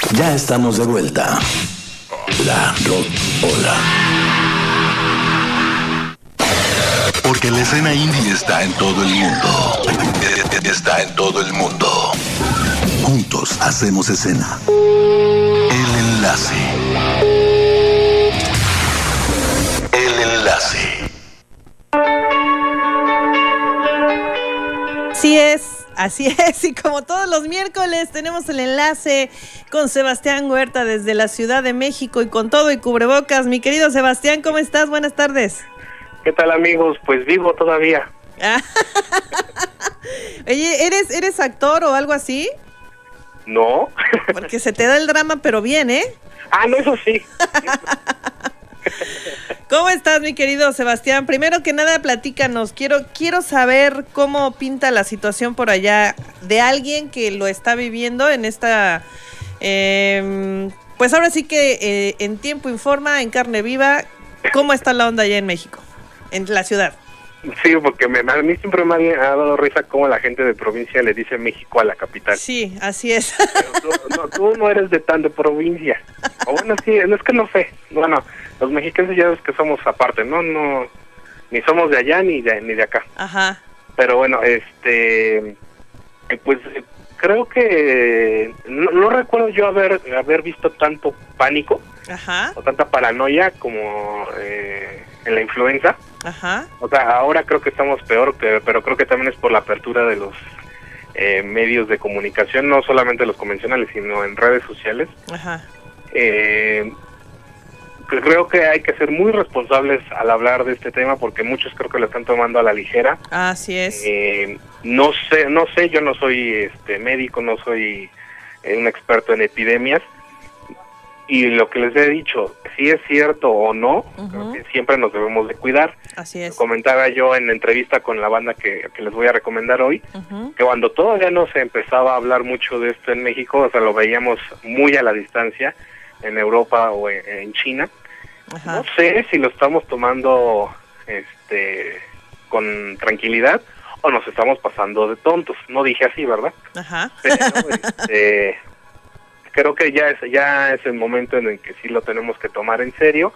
Ya estamos de vuelta. La Rocola. Porque la escena indie está en todo el mundo. Está en todo el mundo. Juntos hacemos escena. El enlace. El enlace. Así es, y como todos los miércoles tenemos el enlace con Sebastián Huerta desde la Ciudad de México y con todo y cubrebocas. Mi querido Sebastián, ¿cómo estás? Buenas tardes. ¿Qué tal, amigos? Pues vivo todavía. Oye, ¿eres actor o algo así? No. Porque se te da el drama, pero bien, ¿eh? No, eso sí. ¿Cómo estás, mi querido Sebastián? Primero que nada, platícanos. Quiero saber cómo pinta la situación por allá de alguien que lo está viviendo en esta... pues ahora sí que en tiempo informa, en carne viva, ¿cómo está la onda allá en México, en la ciudad? Sí, porque a mí siempre me ha dado risa cómo la gente de provincia le dice México a la capital. Sí, así es. Pero tú no eres de tan de provincia. O bueno, sí, es que no sé. Bueno, los mexicanos ya ves que somos aparte, ¿no? Ni somos de allá ni de acá. Ajá. Pero bueno, pues creo que no recuerdo yo haber visto tanto pánico. Ajá. O tanta paranoia como en la influenza. Ajá. O sea, ahora creo que estamos peor, pero creo que también es por la apertura de los medios de comunicación, no solamente los convencionales, sino en redes sociales. Ajá. Creo que hay que ser muy responsables al hablar de este tema porque muchos creo que lo están tomando a la ligera. Así es. No sé, yo no soy médico, no soy un experto en epidemias. Y lo que les he dicho, si es cierto o no, creo que siempre nos debemos de cuidar. Así es. Comentaba yo en la entrevista con la banda que les voy a recomendar hoy, que cuando todavía no se empezaba a hablar mucho de esto en México, o sea, lo veíamos muy a la distancia, en Europa o en China. Ajá. No sé si lo estamos tomando con tranquilidad o nos estamos pasando de tontos. No dije así, ¿verdad? Ajá. Pero, creo que ya es el momento en el que sí lo tenemos que tomar en serio.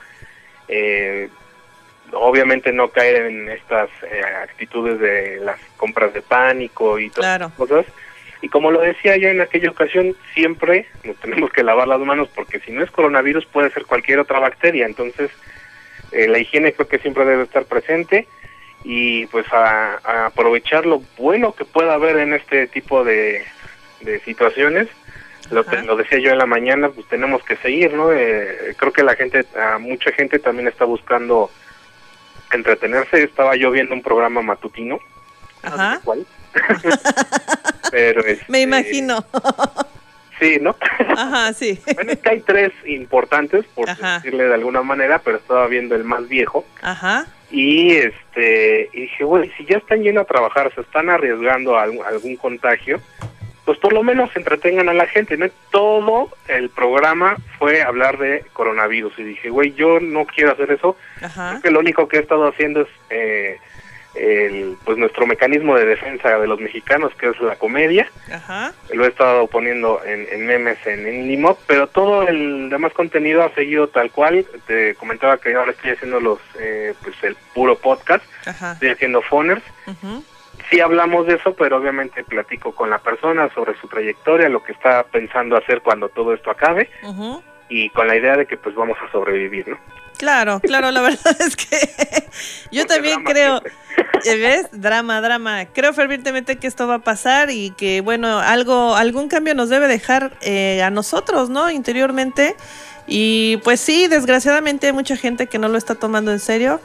Obviamente no caer en estas actitudes de las compras de pánico y todas esas cosas. Y como lo decía yo en aquella ocasión, siempre nos tenemos que lavar las manos porque si no es coronavirus puede ser cualquier otra bacteria. Entonces la higiene creo que siempre debe estar presente y pues a aprovechar lo bueno que pueda haber en este tipo de situaciones. Lo decía yo en la mañana, pues tenemos que seguir, ¿no? Creo que mucha gente también está buscando entretenerse. Estaba yo viendo un programa matutino. Ajá. No sé cuál. Pero me imagino. Sí, ¿no? Ajá, sí. Bueno, es que hay tres importantes, por decirle de alguna manera, pero estaba viendo el más viejo. Ajá. Y dije, bueno, si ya están yendo a trabajar, se están arriesgando a algún contagio, pues por lo menos entretengan a la gente, ¿no? Todo el programa fue hablar de coronavirus y dije, güey, yo no quiero hacer eso. Ajá. Creo que lo único que he estado haciendo es pues nuestro mecanismo de defensa de los mexicanos, que es la comedia. Ajá. Lo he estado poniendo en memes en Inimob, pero todo el demás contenido ha seguido tal cual. Te comentaba que ahora estoy haciendo pues el puro podcast. Ajá. Estoy haciendo phoners. Uh-huh. Sí hablamos de eso, pero obviamente platico con la persona sobre su trayectoria, lo que está pensando hacer cuando todo esto acabe, y con la idea de que pues vamos a sobrevivir, ¿no? Claro, la verdad es que yo porque también creo, ¿ves? Drama. Creo fervientemente que esto va a pasar y que, bueno, algún cambio nos debe dejar a nosotros, ¿no? Interiormente. Y pues sí, desgraciadamente hay mucha gente que no lo está tomando en serio.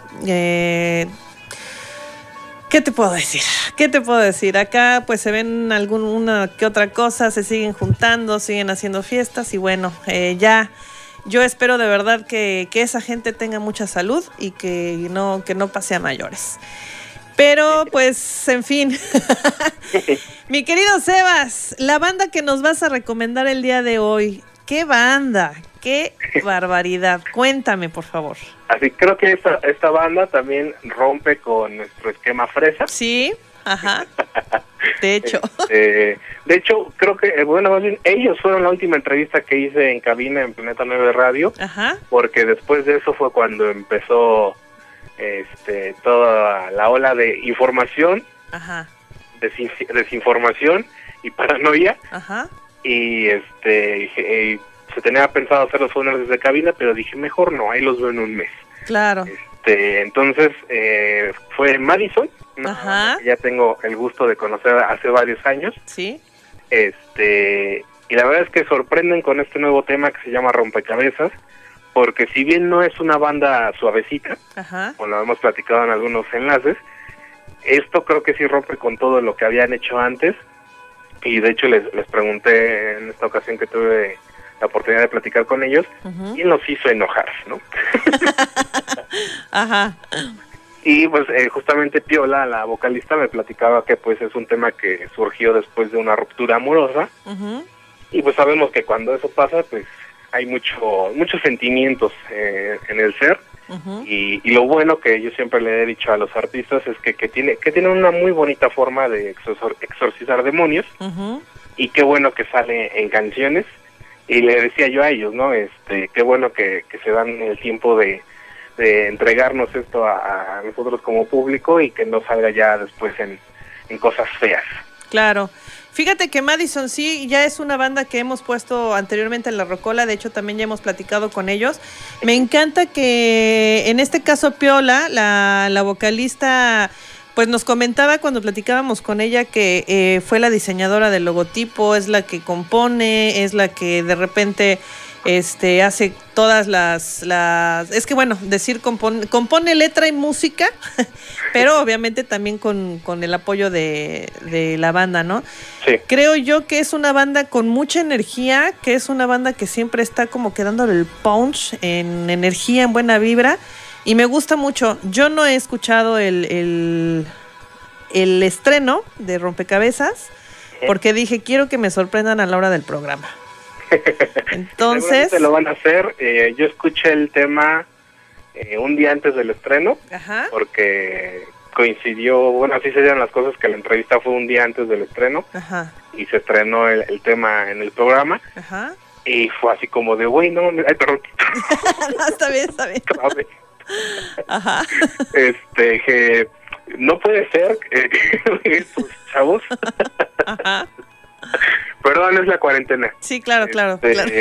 ¿Qué te puedo decir? Acá pues se ven una que otra cosa, se siguen juntando, siguen haciendo fiestas y bueno, ya yo espero de verdad que esa gente tenga mucha salud y que no pase a mayores. Pero pues, en fin, mi querido Sebas, la banda que nos vas a recomendar el día de hoy, ¿qué banda? ¡Qué barbaridad! Cuéntame, por favor. Así creo que esta banda también rompe con nuestro esquema fresa. Sí, ajá. De hecho. De hecho, creo que, bueno, más bien, ellos fueron la última entrevista que hice en cabina en Planeta 9 Radio, Ajá. Porque después de eso fue cuando empezó toda la ola de información, Ajá. desinformación y paranoia. Ajá. Y se tenía pensado hacer los funerales de cabina, pero dije, mejor no, ahí los veo en un mes. Claro. Entonces fue Madison, ¿no? Ajá. Ya tengo el gusto de conocer hace varios años. Sí. Y la verdad es que sorprenden con este nuevo tema que se llama Rompecabezas, porque si bien no es una banda suavecita, Ajá. como lo hemos platicado en algunos enlaces, esto creo que sí rompe con todo lo que habían hecho antes. Y de hecho les pregunté en esta ocasión que tuve la oportunidad de platicar con ellos, uh-huh. quién los hizo enojar, ¿no? Ajá. Y pues justamente Piola, la vocalista, me platicaba que pues es un tema que surgió después de una ruptura amorosa, uh-huh. Y pues sabemos que cuando eso pasa, pues hay muchos sentimientos en el ser, uh-huh. Y lo bueno que yo siempre le he dicho a los artistas es que tienen una muy bonita forma de exorcizar demonios, uh-huh. Y qué bueno que sale en canciones. Y le decía yo a ellos, ¿no? Qué bueno que se dan el tiempo de entregarnos esto a nosotros como público y que no salga ya después en cosas feas. Claro. Fíjate que Madison sí, ya es una banda que hemos puesto anteriormente en La Rocola, de hecho también ya hemos platicado con ellos. Me encanta que en este caso Piola, la vocalista, pues nos comentaba cuando platicábamos con ella que fue la diseñadora del logotipo, es la que compone, es la que de repente hace todas las es que bueno, decir compone letra y música, pero obviamente también con el apoyo de la banda, ¿no? Sí. Creo yo que es una banda con mucha energía, que es una banda que siempre está como que dándole el punch en energía, en buena vibra, y me gusta mucho. Yo no he escuchado el estreno de Rompecabezas, porque dije, quiero que me sorprendan a la hora del programa. Entonces lo van a hacer. Yo escuché el tema un día antes del estreno. Ajá. Porque coincidió, bueno, así se dieron las cosas, que la entrevista fue un día antes del estreno. Ajá. Y se estrenó el tema en el programa. Ajá. Y fue así como de, güey, no, ay, perdón. No, está bien. Ajá. Que no puede ser estos chavos. Ajá. Perdón, es la cuarentena. Sí, claro. La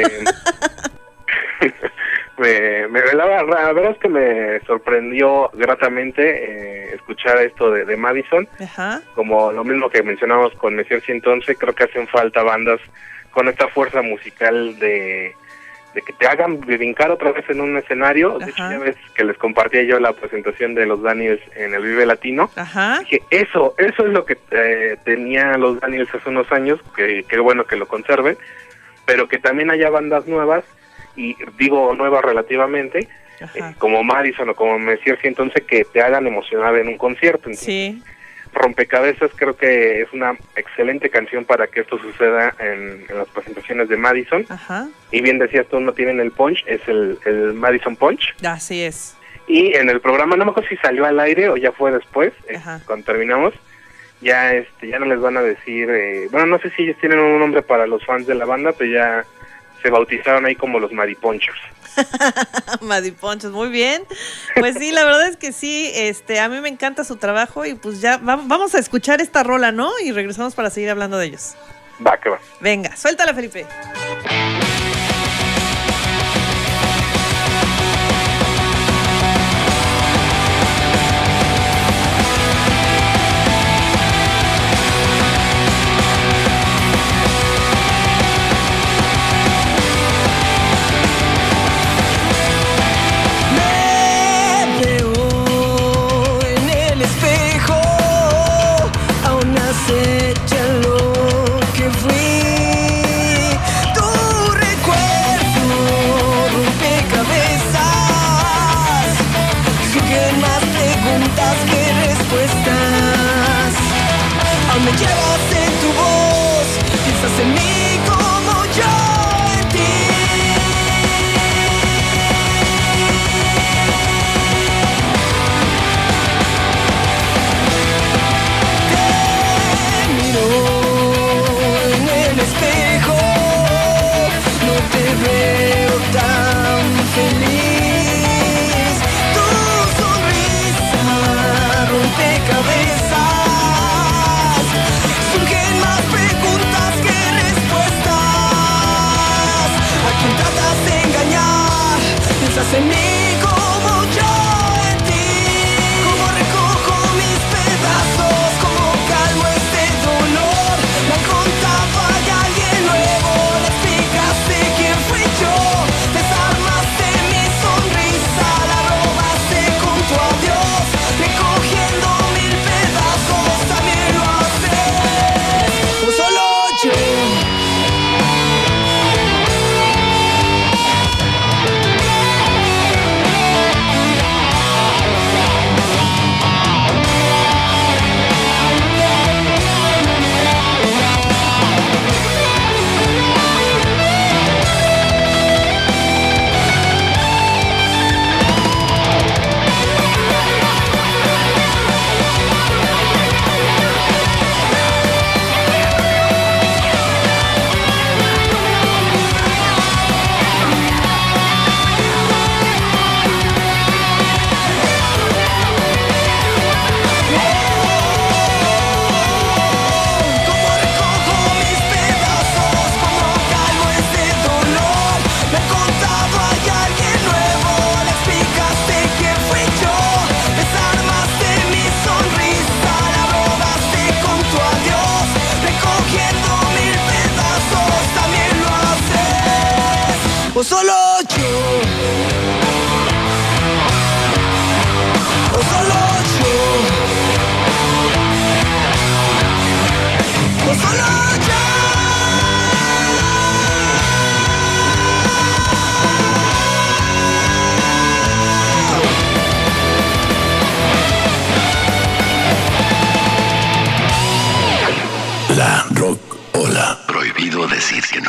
verdad es que me sorprendió gratamente escuchar esto de Madison. Ajá. Como lo mismo que mencionamos con Messier 111, creo que hacen falta bandas con esta fuerza musical de que te hagan brincar otra vez en un escenario. De hecho, ya ves que les compartía yo la presentación de los Daniels en el Vive Latino. Ajá. Dije, eso es lo que tenía los Daniels hace unos años, que bueno que lo conserven, pero que también haya bandas nuevas, y digo nuevas relativamente, como Madison o como Messier 111, que te hagan emocionar en un concierto. Entonces, sí. Rompecabezas creo que es una excelente canción para que esto suceda en las presentaciones de Madison. Ajá. Y bien decías tú, no tienen el punch, es el Madison Punch. Así es. Y en el programa, no me acuerdo si salió al aire o ya fue después, cuando terminamos, ya no les van a decir, bueno, no sé si ellos tienen un nombre para los fans de la banda, pero ya se bautizaron ahí como los Mariponchos. Mariponchos, muy bien. Pues sí, la verdad es que sí, a mí me encanta su trabajo y pues ya vamos a escuchar esta rola, ¿no? Y regresamos para seguir hablando de ellos. Va, que va. Venga, suéltala, Felipe. Acecha lo que fui. Tú en mí como yo en ti. Como recojo mis pedazos, como calmo este dolor. Me han contado hay alguien nuevo, le explicaste quién fui yo. Desarmaste mi sonrisa, la robaste con tu adiós. Recogiendo mil pedazos, también lo haces. O solo yo. O solo yo. O solo yo. O solo yo. La Rock Ola. Prohibido decir que no.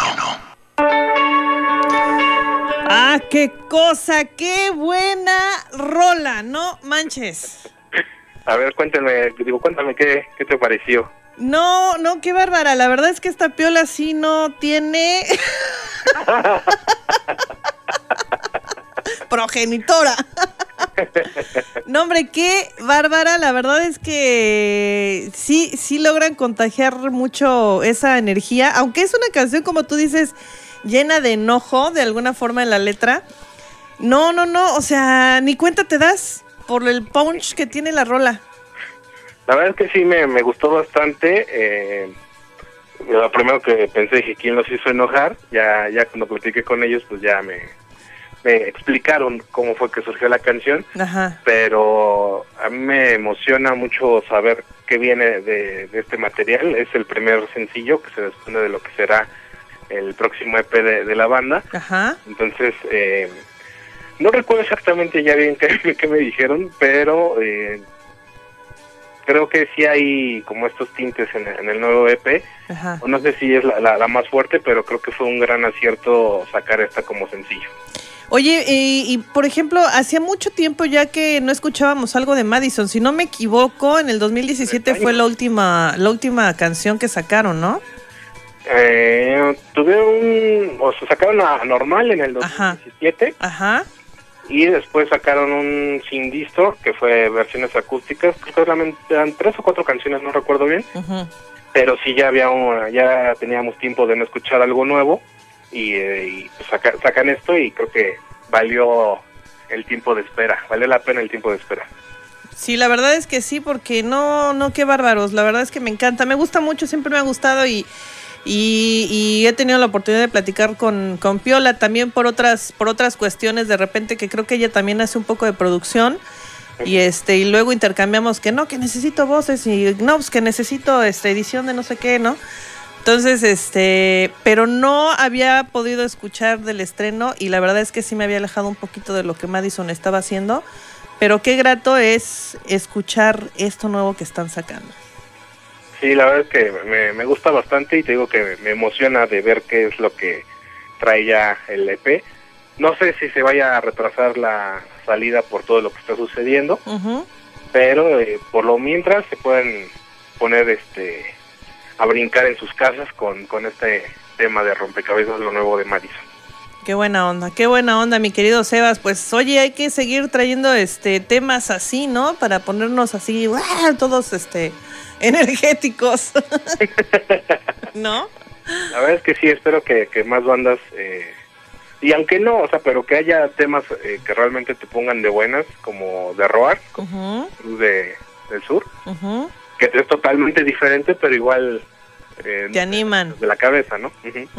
¡Ah, qué cosa! ¡Qué buena rola! No manches. A ver, cuéntame qué te pareció. No, qué bárbara. La verdad es que esta piola sí no tiene progenitora. No, hombre, qué bárbara. La verdad es que sí logran contagiar mucho esa energía. Aunque es una canción, como tú dices, llena de enojo, de alguna forma en la letra. No, o sea, ni cuenta te das por el punch que tiene la rola. La verdad es que sí me gustó bastante. Lo primero que pensé, dije, ¿quién los hizo enojar? Ya cuando platiqué con ellos, pues ya me explicaron cómo fue que surgió la canción. Ajá. Pero a mí me emociona mucho saber qué viene de este material. Es el primer sencillo que se desprende de lo que será el próximo EP de la banda. Ajá. Entonces, no recuerdo exactamente ya bien qué me dijeron, pero creo que sí hay como estos tintes en el nuevo EP. Ajá. No sé si es la más fuerte, pero creo que fue un gran acierto sacar esta como sencillo. Oye, y por ejemplo, hacía mucho tiempo ya que no escuchábamos algo de Madison. Si no me equivoco, en el 2017 fue la última canción que sacaron, ¿no? Se sacaron a Normal en el 2017. Ajá. Y después sacaron un Sin Distort, que fue versiones acústicas. Creo que eran 3 o 4 canciones, no recuerdo bien. Uh-huh. Pero sí ya teníamos tiempo de no escuchar algo nuevo. Y pues sacan esto y creo que valió el tiempo de espera. Valió la pena el tiempo de espera. Sí, la verdad es que sí, porque no, qué bárbaros. La verdad es que me encanta. Me gusta mucho, siempre me ha gustado y he tenido la oportunidad de platicar con Piola también por otras cuestiones de repente, que creo que ella también hace un poco de producción y luego intercambiamos que necesito voces y no, pues que necesito edición de no sé qué, ¿no? Entonces, pero no había podido escuchar del estreno y la verdad es que sí me había alejado un poquito de lo que Madison estaba haciendo, pero qué grato es escuchar esto nuevo que están sacando. Sí, la verdad es que me gusta bastante y te digo que me emociona de ver qué es lo que trae ya el EP. No sé si se vaya a retrasar la salida por todo lo que está sucediendo, uh-huh. Pero por lo mientras se pueden poner a brincar en sus casas con este tema de rompecabezas, lo nuevo de Madison. Qué buena onda, mi querido Sebas. Pues oye, hay que seguir trayendo temas así, ¿no? Para ponernos así, todos energéticos. ¿No? La verdad es que sí, espero que más bandas Y aunque no, o sea, pero que haya temas que realmente te pongan de buenas, como de Roar, como del Sur, que es totalmente diferente, pero igual te animan de la cabeza, ¿no?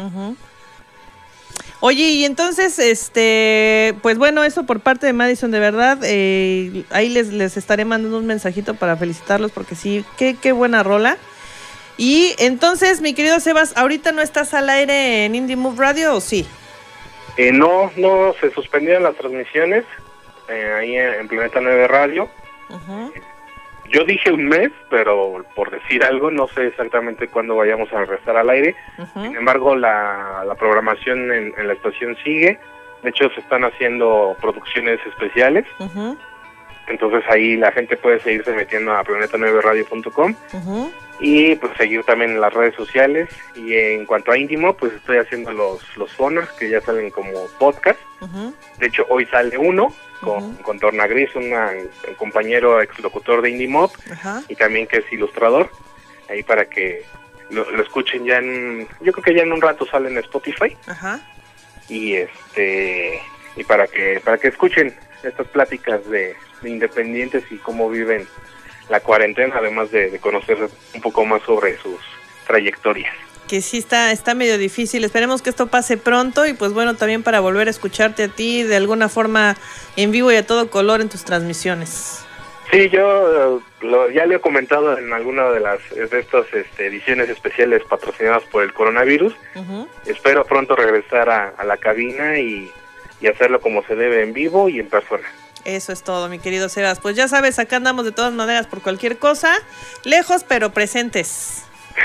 Oye, y entonces, pues bueno, eso por parte de Madison, de verdad, ahí les estaré mandando un mensajito para felicitarlos, porque sí, qué buena rola. Y entonces, mi querido Sebas, ¿ahorita no estás al aire en Indie Move Radio o sí? No, se suspendieron las transmisiones ahí en Planeta 9 Radio. Yo dije un mes, pero por decir algo, no sé exactamente cuándo vayamos a regresar al aire. Sin embargo, la programación en la estación sigue. De hecho, se están haciendo producciones especiales. Entonces ahí la gente puede seguirse metiendo a planeta9radio.com y pues seguir también en las redes sociales. Y en cuanto a Indimo, pues estoy haciendo los fonas que ya salen como podcast. De hecho, hoy sale uno con Torna Gris, un compañero exlocutor de Indie Mob, y también que es ilustrador, ahí para que lo escuchen ya yo creo que ya en un rato sale en Spotify. Y y para que escuchen estas pláticas de independientes y cómo viven la cuarentena, además de conocer un poco más sobre sus trayectorias. Que sí está medio difícil. Esperemos que esto pase pronto y pues bueno, también para volver a escucharte a ti de alguna forma en vivo y a todo color en tus transmisiones. Sí, yo ya le he comentado en alguna de estas ediciones especiales patrocinadas por el coronavirus. Espero pronto regresar a la cabina y hacerlo como se debe, en vivo y en persona. Eso es todo, mi querido Sebas. Pues ya sabes, acá andamos de todas maneras por cualquier cosa, lejos pero presentes.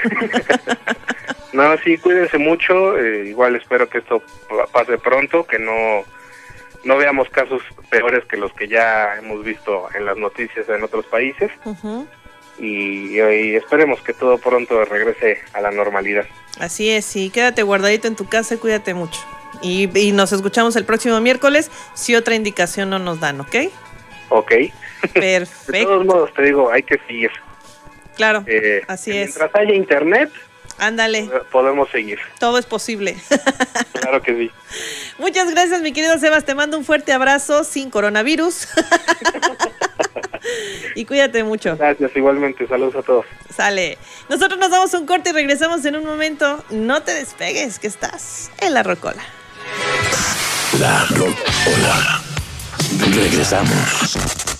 No, sí, cuídense mucho. Igual espero que esto pase pronto, que no veamos casos peores que los que ya hemos visto en las noticias en otros países. Y esperemos que todo pronto regrese a la normalidad. Así es, y quédate guardadito en tu casa y cuídate mucho. Y nos escuchamos el próximo miércoles si otra indicación no nos dan, ¿ok? Ok. Perfecto. De todos modos, te digo, hay que seguir. Claro, así es. Mientras haya internet, ándale, podemos seguir. Todo es posible. Claro que sí. Muchas gracias, mi querido Sebas. Te mando un fuerte abrazo sin coronavirus. Y cuídate mucho. Gracias, igualmente. Saludos a todos. Sale. Nosotros nos damos un corte y regresamos en un momento. No te despegues, que estás en La Rocola. La Rocola. Regresamos.